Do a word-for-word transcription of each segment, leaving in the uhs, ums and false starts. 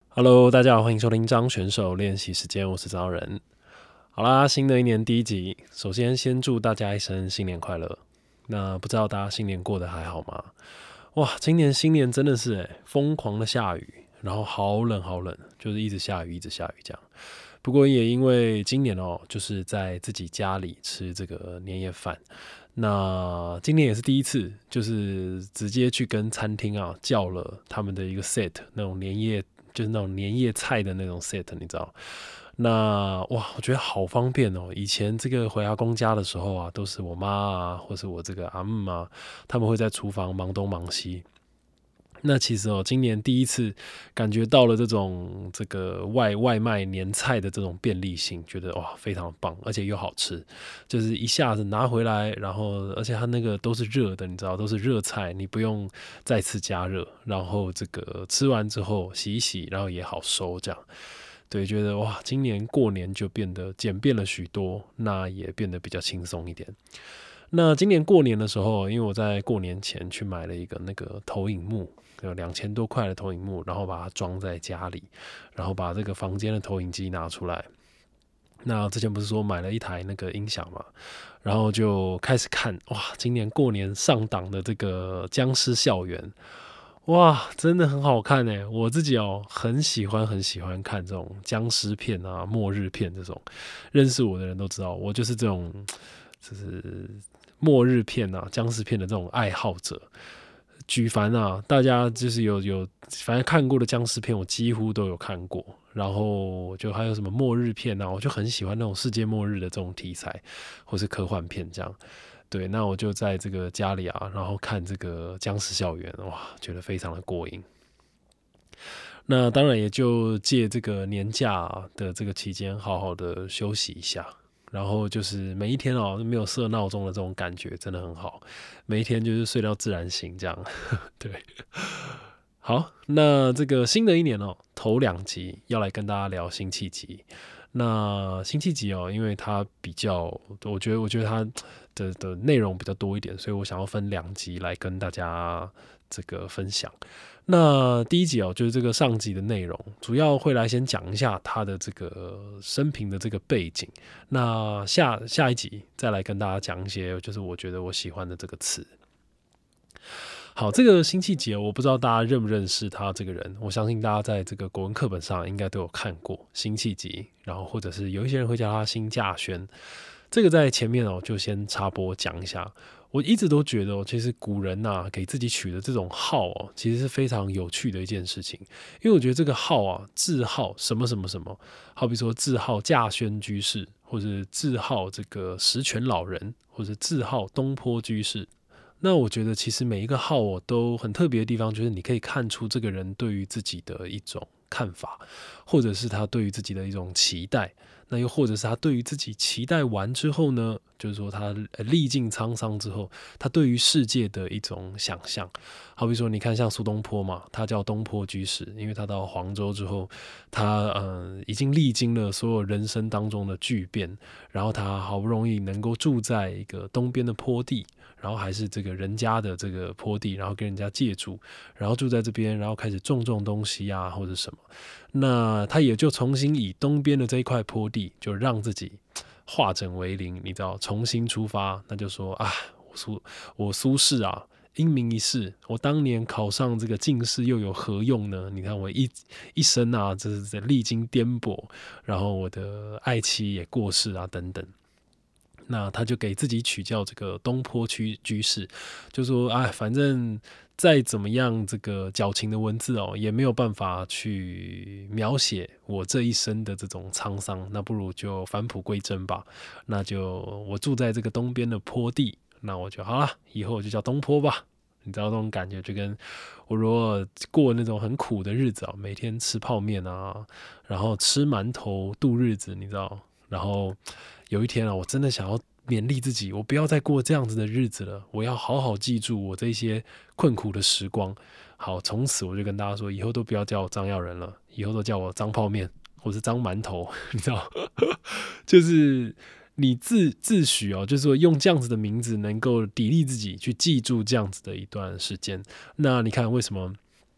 Hello，大家好，欢迎收听张选手练习时间，我是张仁。好啦，新的一年第一集，首先先祝大家一声新年快乐。那不知道大家新年过得还好吗？哇，今年新年真的是诶疯狂的下雨，然后好冷好冷，就是一直下雨一直下雨这样。不过也因为今年哦，就是在自己家里吃这个年夜饭，那今年也是第一次，就是直接去跟餐厅啊叫了他们的一个 set，那种年夜就是那种年夜菜的那种 set，你知道？那哇，我觉得好方便哦。以前这个回阿公家的时候啊，都是我妈啊，或是我这个阿姆啊，他们会在厨房忙东忙西。那其实哦，今年第一次感觉到了这种这个外外卖年菜的这种便利性，觉得哇非常棒，而且又好吃，就是一下子拿回来，然后而且它那个都是热的，你知道都是热菜，你不用再次加热，然后这个吃完之后洗一洗，然后也好收这样。对，觉得哇，今年过年就变得简便了许多，那也变得比较轻松一点。那今年过年的时候，因为我在过年前去买了一个那个投影幕，有两千多块的投影幕，然后把它装在家里，然后把这个房间的投影机拿出来。那之前不是说买了一台那个音响嘛，然后就开始看，哇，今年过年上档的这个《僵尸校园》，哇，真的很好看诶！我自己哦，很喜欢很喜欢看这种僵尸片啊、末日片这种。认识我的人都知道，我就是这种，就是末日片啊、僵尸片的这种爱好者。举凡啊，大家就是有有，反正看过的僵尸片，我几乎都有看过。然后就还有什么末日片啊，我就很喜欢那种世界末日的这种题材，或是科幻片这样。对，那我就在这个家里啊，然后看这个《僵尸校园》，哇，觉得非常的过瘾。那当然也就借这个年假的这个期间，好好的休息一下。然后就是每一天哦，没有设闹钟的这种感觉真的很好。每一天就是睡到自然醒这样。对，好，那这个新的一年哦，头两集要来跟大家聊辛弃疾。那辛弃疾哦，因为它比较，我觉得我觉得它的的内容比较多一点，所以我想要分两集来跟大家这个分享。那第一集哦，就是这个上集的内容，主要会来先讲一下他的这个生平的这个背景。那下下一集再来跟大家讲一些，就是我觉得我喜欢的这个词。好，这个辛弃疾，我不知道大家认不认识他这个人。我相信大家在这个国文课本上应该都有看过辛弃疾，然后或者是有一些人会叫他辛稼轩。这个在前面哦，就先插播讲一下。我一直都觉得哦，其实古人呐、啊、给自己取的这种号哦，其实是非常有趣的一件事情。因为我觉得这个号啊，字号什么什么什么，好比说字号稼轩居士，或者字号这个石泉老人，或者字号东坡居士。那我觉得其实每一个号我都很特别的地方，就是你可以看出这个人对于自己的一种看法，或者是他对于自己的一种期待。那又或者是他对于自己期待完之后呢，就是说他历尽沧桑之后，他对于世界的一种想象。好比说，你看像苏东坡嘛，他叫东坡居士，因为他到黄州之后，他呃已经历经了所有人生当中的巨变，然后他好不容易能够住在一个东边的坡地。然后还是这个人家的这个坡地，然后跟人家借住，然后住在这边，然后开始种种东西啊，或者什么。那他也就重新以东边的这一块坡地，就让自己化整为零，你知道，重新出发。那就说啊，我苏我苏轼啊，英明一世，我当年考上这个进士又有何用呢？你看我一一生啊，这是历经颠簸，然后我的爱妻也过世啊，等等。那他就给自己取叫这个东坡居居士，就说哎，反正再怎么样这个矫情的文字哦，也没有办法去描写我这一生的这种沧桑，那不如就返璞归真吧。那就我住在这个东边的坡地，那我就好了，以后我就叫东坡吧。你知道那种感觉，就跟我如果过那种很苦的日子啊，每天吃泡面啊，然后吃馒头度日子，你知道，然后有一天啊，我真的想要勉励自己，我不要再过这样子的日子了，我要好好记住我这些困苦的时光。好，从此我就跟大家说，以后都不要叫我张耀仁了，以后都叫我张泡面或是张馒头，你知道，就是你自自诩哦，就是说用这样子的名字能够砥砺自己去记住这样子的一段时间。那你看为什么？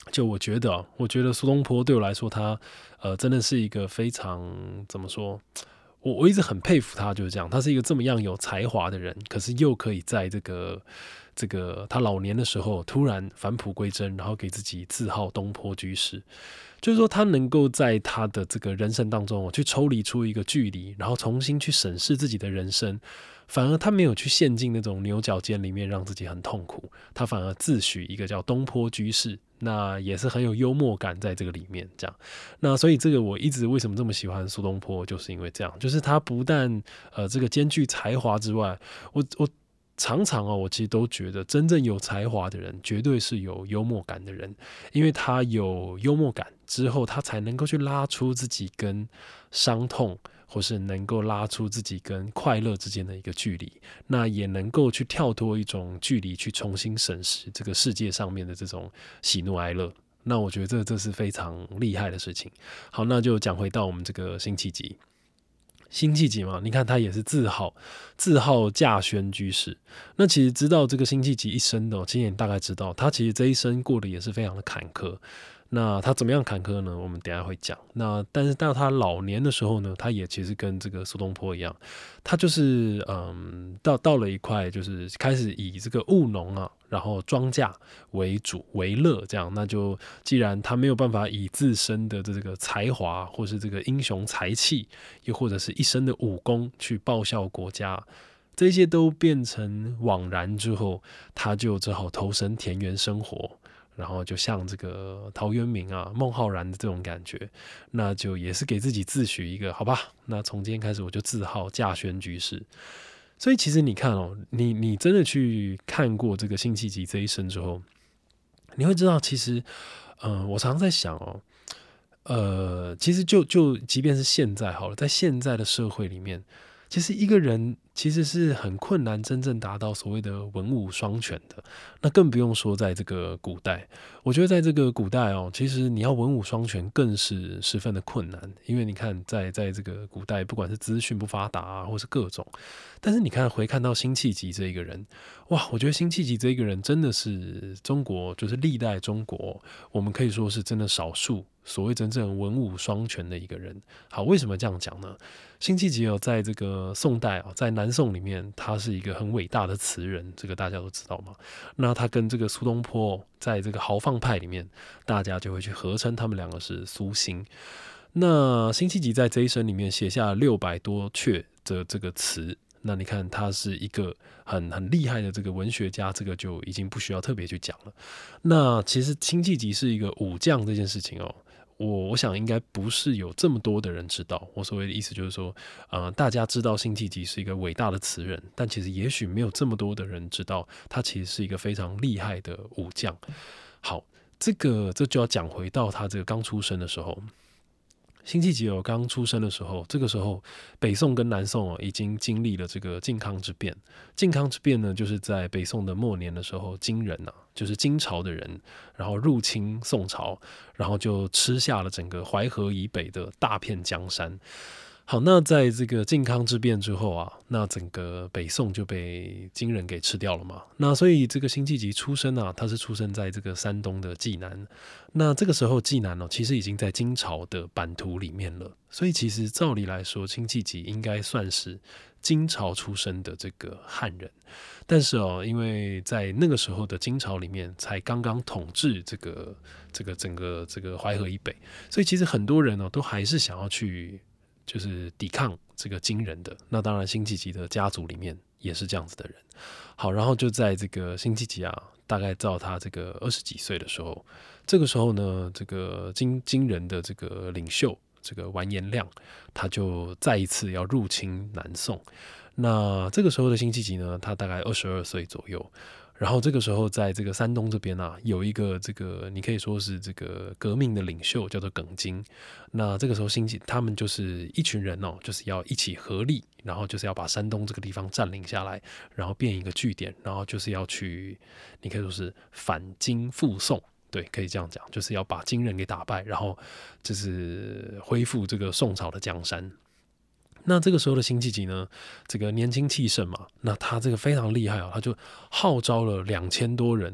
就我觉得、啊，我觉得苏东坡对我来说他，呃，真的是一个非常怎么说？我我一直很佩服他，就是这样，他是一个这么样有才华的人，可是又可以在这个这个他老年的时候突然返璞归真，然后给自己自号东坡居士。就是说，他能够在他的这个人生当中，去抽离出一个距离，然后重新去审视自己的人生，反而他没有去陷进那种牛角尖里面，让自己很痛苦。他反而自诩一个叫东坡居士，那也是很有幽默感在这个里面。这样，那所以这个我一直为什么这么喜欢苏东坡，就是因为这样，就是他不但呃这个兼具才华之外，我我。常常哦，我其实都觉得真正有才华的人，绝对是有幽默感的人，因为他有幽默感之后，他才能够去拉出自己跟伤痛，或是能够拉出自己跟快乐之间的一个距离，那也能够去跳脱一种距离，去重新审视这个世界上面的这种喜怒哀乐。那我觉得这这是非常厉害的事情。好，那就讲回到我们这个辛弃疾。辛弃疾嘛，你看他也是自号自号稼轩居士。那其实知道这个辛弃疾一生的、哦，其实也大概知道，他其实这一生过得也是非常的坎坷。那他怎么样坎坷呢？我们等一下会讲。那但是到他老年的时候呢，他也其实跟这个苏东坡一样，他就是嗯，到到了一块，就是开始以这个务农啊，然后庄稼为主为乐，这样。那就既然他没有办法以自身的这个才华，或是这个英雄才气，又或者是一身的武功去报效国家，这些都变成枉然之后，他就只好投身田园生活。然后就像这个陶渊明啊、孟浩然的这种感觉，那就也是给自己自诩一个好吧。那从今天开始，我就自号稼轩居士。所以其实你看哦，你你真的去看过这个辛弃疾这一生之后，你会知道，其实，嗯、呃，我常常在想哦，呃，其实就就即便是现在好了，在现在的社会里面，其实一个人其实是很困难真正达到所谓的文武双全的，那更不用说在这个古代。我觉得在这个古代哦，其实你要文武双全更是十分的困难，因为你看在在这个古代，不管是资讯不发达啊，或是各种，但是你看回看到辛弃疾这一个人，哇，我觉得辛弃疾这一个人真的是中国，就是历代中国，我们可以说是真的少数所谓真正文武双全的一个人。好，为什么这样讲呢？辛弃疾哦，在这个宋代啊，在南宋里面，他是一个很伟大的词人，这个大家都知道嘛。那他跟这个苏东坡，在这个豪放派里面，大家就会去合称他们两个是苏辛。那辛弃疾在这一生里面写下六百多阙的这个词，那你看他是一个很很厉害的这个文学家，这个就已经不需要特别去讲了。那其实辛弃疾是一个武将这件事情哦，我我想应该不是有这么多的人知道。我所谓的意思就是说，呃，大家知道辛弃疾是一个伟大的词人，但其实也许没有这么多的人知道，他其实是一个非常厉害的武将。好，这个这就要讲回到他这个刚出生的时候。辛弃疾哦，刚出生的时候，这个时候北宋跟南宋哦已经经历了这个靖康之变。靖康之变呢，就是在北宋的末年的时候，金人啊，就是金朝的人，然后入侵宋朝，然后就吃下了整个淮河以北的大片江山。好，那在这个靖康之变之后啊，那整个北宋就被金人给吃掉了嘛。那所以这个辛弃疾出生啊，他是出生在这个山东的济南。那这个时候济南哦，其实已经在金朝的版图里面了。所以其实照理来说，辛弃疾应该算是金朝出生的这个汉人。但是哦，因为在那个时候的金朝里面，才刚刚统治这个这个整个这个淮河以北，所以其实很多人哦，都还是想要去。就是抵抗这个金人的，那当然辛弃疾的家族里面也是这样子的人。好，然后就在这个辛弃疾啊，大概到他这个二十几岁的时候，这个时候呢，这个金金人的这个领袖这个完颜亮，他就再一次要入侵南宋。那这个时候的辛弃疾呢，他大概二十二岁左右。然后这个时候，在这个山东这边啊，有一个这个你可以说是这个革命的领袖，叫做耿京。那这个时候，辛弃他们就是一群人哦，就是要一起合力，然后就是要把山东这个地方占领下来，然后变一个据点，然后就是要去，你可以说是反金复宋。对，可以这样讲，就是要把金人给打败，然后就是恢复这个宋朝的江山。那这个时候的辛弃疾呢，这个年轻气盛嘛，那他这个非常厉害啊，他就号召了两千多人，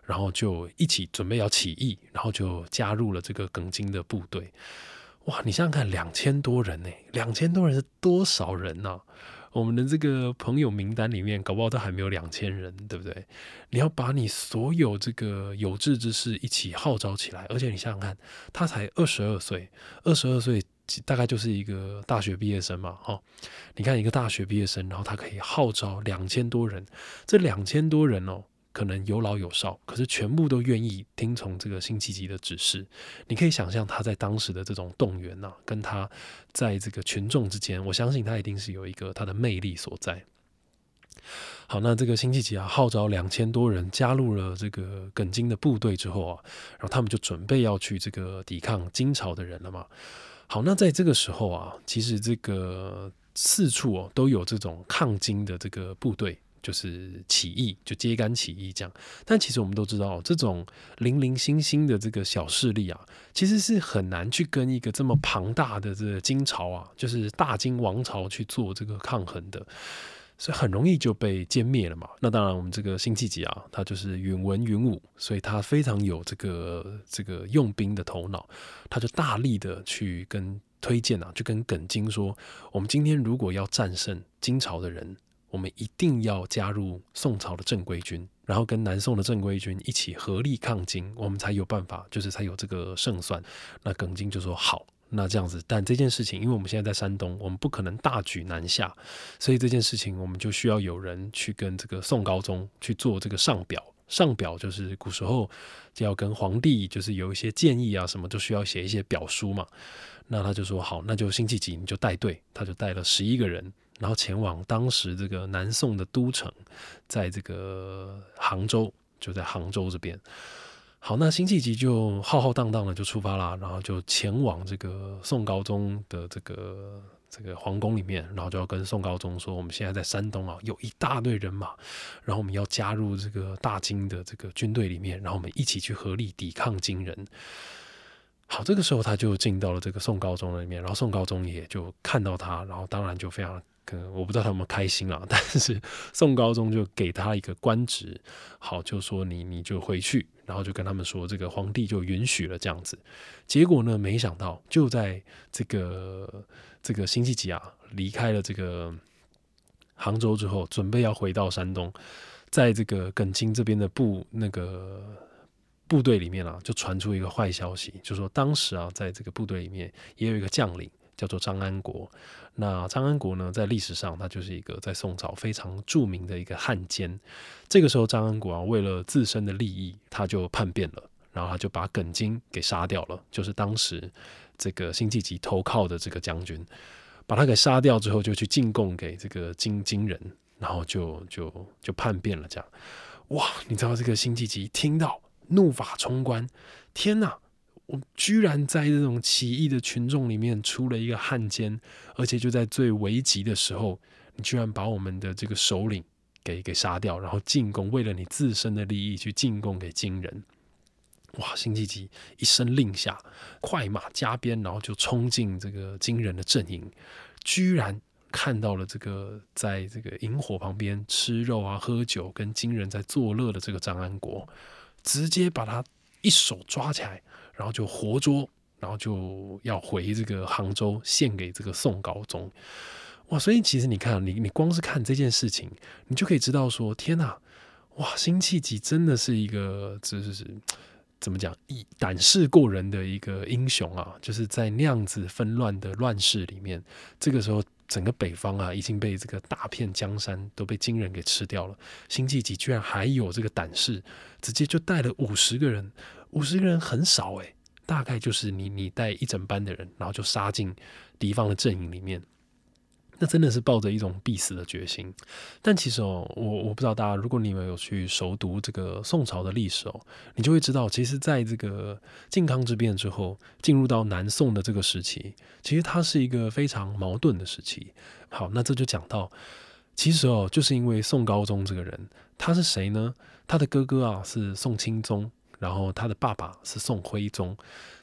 然后就一起准备要起义，然后就加入了这个耿京的部队。哇，你想想看，两千多人呢，两千多人是多少人啊？我们的这个朋友名单里面，搞不好都还没有两千人，对不对？你要把你所有这个有志之士一起号召起来，而且你想想看，他才二十二岁，二十二岁大概就是一个大学毕业生嘛，哦，你看一个大学毕业生，然后他可以号召两千多人，这两千多人哦。可能有老有少，可是全部都愿意听从这个辛弃疾的指示。你可以想象他在当时的这种动员啊，跟他在这个群众之间，我相信他一定是有一个他的魅力所在。好，那这个辛弃疾啊，号召两千多人加入了这个耿京的部队之后啊，然后他们就准备要去这个抵抗金朝的人了嘛。好，那在这个时候啊，其实这个四处哦都有这种抗金的这个部队。就是起义，就揭竿起义这样。但其实我们都知道，这种零零星星的这个小势力啊，其实是很难去跟一个这么庞大的这个金朝啊，就是大金王朝去做这个抗衡的，所以很容易就被歼灭了嘛。那当然，我们这个辛弃疾啊，他就是允文允武，所以他非常有这个这个用兵的头脑，他就大力的去跟推荐啊，就跟耿京说，我们今天如果要战胜金朝的人。我们一定要加入宋朝的正规军，然后跟南宋的正规军一起合力抗金，我们才有办法，就是才有这个胜算。那耿京就说好，那这样子，但这件事情，因为我们现在在山东，我们不可能大举南下，所以这件事情我们就需要有人去跟这个宋高宗去做这个上表。上表就是古时候就要跟皇帝就是有一些建议啊什么，就需要写一些表书嘛。那他就说好，那就辛弃疾你就带队，他就带了十一个人。然后前往当时这个南宋的都城，在这个杭州，就在杭州这边。好，那辛弃疾就浩浩荡荡的就出发啦，然后就前往这个宋高宗的这个这个皇宫里面，然后就要跟宋高宗说，我们现在在山东啊，有一大队人马，然后我们要加入这个大金的这个军队里面，然后我们一起去合力抵抗金人。好，这个时候他就进到了这个宋高宗那里面，然后宋高宗也就看到他，然后当然就非常。可能我不知道他有没有开心啦，但是宋高宗就给他一个官职，好，就说你你就回去，然后就跟他们说，这个皇帝就允许了这样子。结果呢，没想到就在这个这个辛弃疾啊离开了这个杭州之后，准备要回到山东，在这个耿京这边的部那个部队里面啊，就传出一个坏消息，就说当时啊，在这个部队里面也有一个将领。叫做张安国，那张安国呢，在历史上他就是一个在宋朝非常著名的一个汉奸。这个时候，张安国啊，为了自身的利益，他就叛变了，然后他就把耿京给杀掉了，就是当时这个辛弃疾投靠的这个将军，把他给杀掉之后，就去进贡给这个金金人，然后就就就叛变了。这样，哇，你知道这个辛弃疾听到怒发冲冠，天哪！我居然在这种起义的群众里面出了一个汉奸，而且就在最危急的时候，你居然把我们的这个首领给给杀掉，然后进贡，为了你自身的利益去进贡给金人。哇！辛弃疾一声令下，快马加鞭，然后就冲进这个金人的阵营，居然看到了这个在这个营火旁边吃肉啊、喝酒，跟金人在作乐的这个张安国，直接把他一手抓起来。然后就活捉，然后就要回这个杭州献给这个宋高宗。哇！所以其实你看，你你光是看这件事情，你就可以知道说，天哪！哇，辛弃疾真的是一个，就是怎么讲，胆识过人的一个英雄啊！就是在那样子纷乱的乱世里面，这个时候整个北方啊，已经被这个大片江山都被金人给吃掉了。辛弃疾居然还有这个胆识，直接就带了五十个人。五十个人很少哎、欸，大概就是你你带一整班的人，然后就杀进敌方的阵营里面，那真的是抱着一种必死的决心。但其实哦，我我不知道大家，如果你们有去熟读这个宋朝的历史哦，你就会知道，其实在这个靖康之变之后，进入到南宋的这个时期，其实它是一个非常矛盾的时期。好，那这就讲到，其实哦，就是因为宋高宗这个人，他是谁呢？他的哥哥啊是宋钦宗。然后他的爸爸是宋徽宗，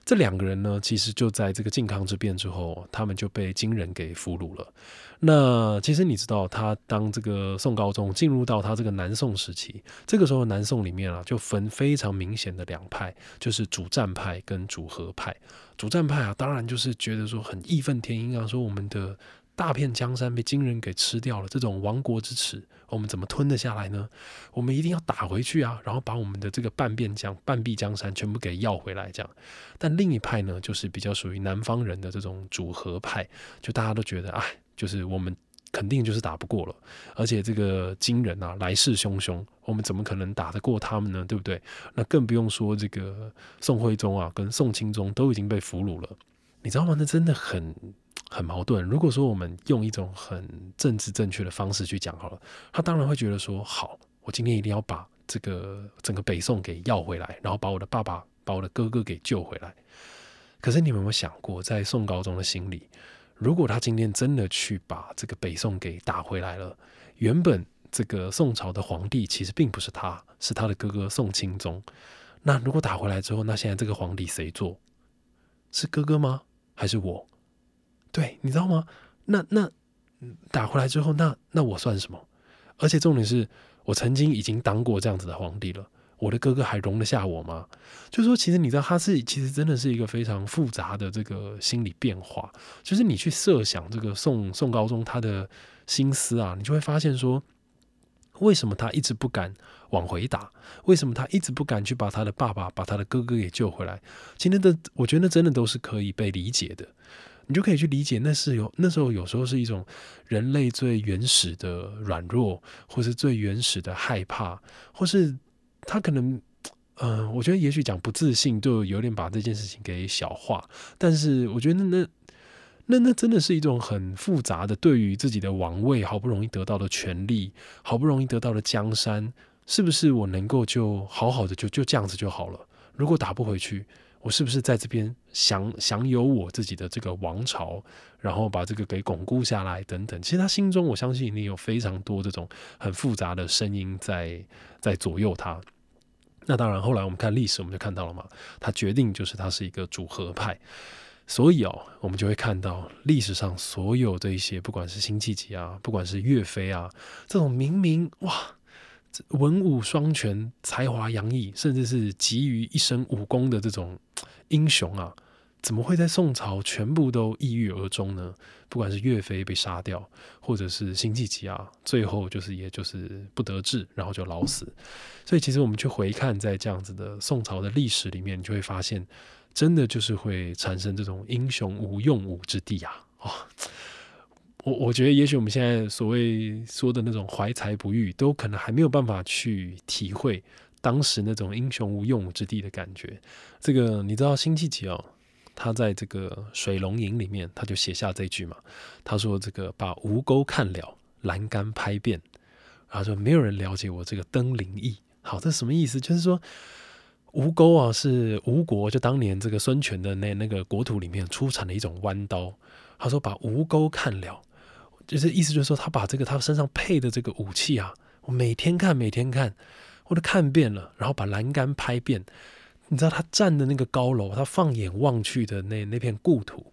这两个人呢，其实就在这个靖康之变之后，他们就被金人给俘虏了。那其实你知道，他当这个宋高宗进入到他这个南宋时期，这个时候南宋里面啊，就分非常明显的两派，就是主战派跟主和派。主战派啊，当然就是觉得说很义愤填膺啊，说我们的大片江山被金人给吃掉了，这种亡国之耻，我们怎么吞得下来呢？我们一定要打回去啊，然后把我们的这个半边江、半壁江山全部给要回来，这样。但另一派呢，就是比较属于南方人的这种主和派，就大家都觉得，哎，就是我们肯定就是打不过了，而且这个金人啊，来势汹汹，我们怎么可能打得过他们呢？对不对？那更不用说这个宋徽宗啊，跟宋钦宗都已经被俘虏了，你知道吗？那真的很。很矛盾。如果说我们用一种很政治正确的方式去讲好了，他当然会觉得说，好，我今天一定要把这个整个北宋给要回来，然后把我的爸爸、把我的哥哥给救回来。可是你们有没有想过，在宋高宗的心里，如果他今天真的去把这个北宋给打回来了，原本这个宋朝的皇帝其实并不是他，是他的哥哥宋钦宗。那如果打回来之后，那现在这个皇帝谁做？是哥哥吗？还是我？对，你知道吗？那那打回来之后，那那我算什么？而且重点是我曾经已经当过这样子的皇帝了，我的哥哥还容得下我吗？就是说，其实你知道，他是其实真的是一个非常复杂的这个心理变化。就是你去设想这个宋宋高宗他的心思啊，你就会发现说，为什么他一直不敢往回打？为什么他一直不敢去把他的爸爸、把他的哥哥给救回来？其实的，我觉得那真的都是可以被理解的。你就可以去理解，那是有那时候有时候是一种人类最原始的软弱，或是最原始的害怕，或是他可能，嗯、呃，我觉得也许讲不自信，就有点把这件事情给小化。但是我觉得那那那真的是一种很复杂的，对于自己的王位好不容易得到的权利，好不容易得到的江山，是不是我能够就好好的就就这样子就好了？如果打不回去，我是不是在这边享享有我自己的这个王朝，然后把这个给巩固下来等等？其实他心中，我相信你有非常多这种很复杂的声音在在左右他。那当然，后来我们看历史，我们就看到了嘛，他决定就是他是一个主和派，所以哦，我们就会看到历史上所有的一些，不管是辛弃疾啊，不管是岳飞啊，这种明明哇。文武双全、才华洋溢，甚至是集于一身武功的这种英雄啊，怎么会在宋朝全部都抑郁而终呢？不管是岳飞被杀掉，或者是辛弃疾啊，最后就是也就是不得志，然后就老死。所以其实我们去回看在这样子的宋朝的历史里面，你就会发现，真的就是会产生这种英雄无用武之地啊！哦我我觉得，也许我们现在所谓说的那种怀才不遇，都可能还没有办法去体会当时那种英雄无用武之地的感觉。这个你知道辛弃疾哦，他在这个《水龙吟》里面，他就写下这句嘛，他说：“这个把吴钩看了，栏杆拍遍。”他说：“没有人了解我这个登临意。”好，这什么意思？就是说，吴钩啊，是吴国就当年这个孙权的那那个国土里面出产的一种弯刀。他说：“把吴钩看了。”就是意思就是说，他把这个他身上配的这个武器啊，我每天看每天看，我都看遍了，然后把栏杆拍遍。你知道他站的那个高楼，他放眼望去的那那片故土，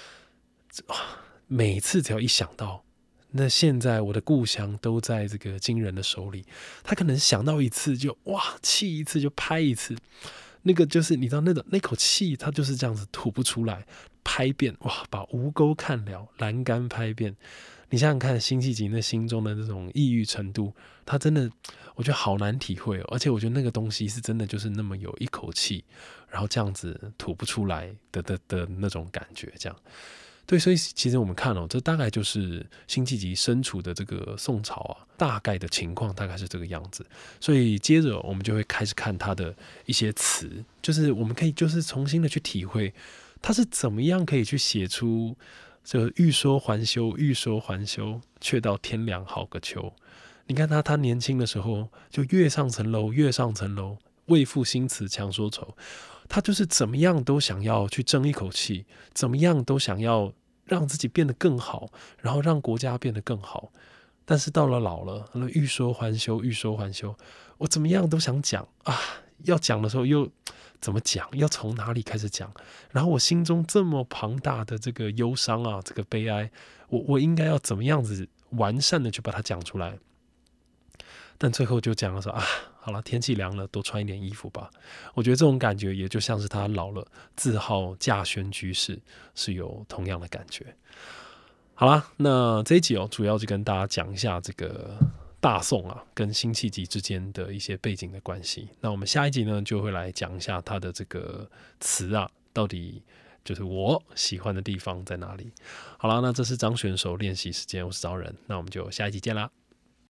每次只要一想到，那现在我的故乡都在这个金人的手里，他可能想到一次就哇气一次就拍一次，那个就是你知道那种那口气，他就是这样子吐不出来，拍遍哇，把吴钩看了，栏杆拍遍。你想想看，辛弃疾那心中的那种抑郁程度，他真的，我觉得好难体会哦。而且我觉得那个东西是真的，就是那么有一口气，然后这样子吐不出来的的的那种感觉，这样。对，所以其实我们看哦，这大概就是辛弃疾身处的这个宋朝啊，大概的情况大概是这个样子。所以接着我们就会开始看他的一些词，就是我们可以就是重新的去体会他是怎么样可以去写出。这欲说还休，欲说还休，却道天凉好个秋。你看他，他年轻的时候就跃上层楼，跃上层楼，为赋新词强说愁。他就是怎么样都想要去争一口气，怎么样都想要让自己变得更好，然后让国家变得更好。但是到了老了，欲说还休，欲说还休，我怎么样都想讲啊， 要讲的时候又怎么讲？要从哪里开始讲？然后我心中这么庞大的这个忧伤啊，这个悲哀，我我应该要怎么样子完善的去把它讲出来？但最后就讲了说啊，好了，天气凉了，多穿一点衣服吧。我觉得这种感觉也就像是他老了，自号稼轩居士，是有同样的感觉。好啦，那这一集哦，主要就跟大家讲一下这个大宋啊跟辛弃疾之间的一些背景的关系。那我们下一集呢，就会来讲一下他的这个词啊，到底就是我喜欢的地方在哪里。好啦，那这是张选手练习时间，我是招人，那我们就下一集见啦。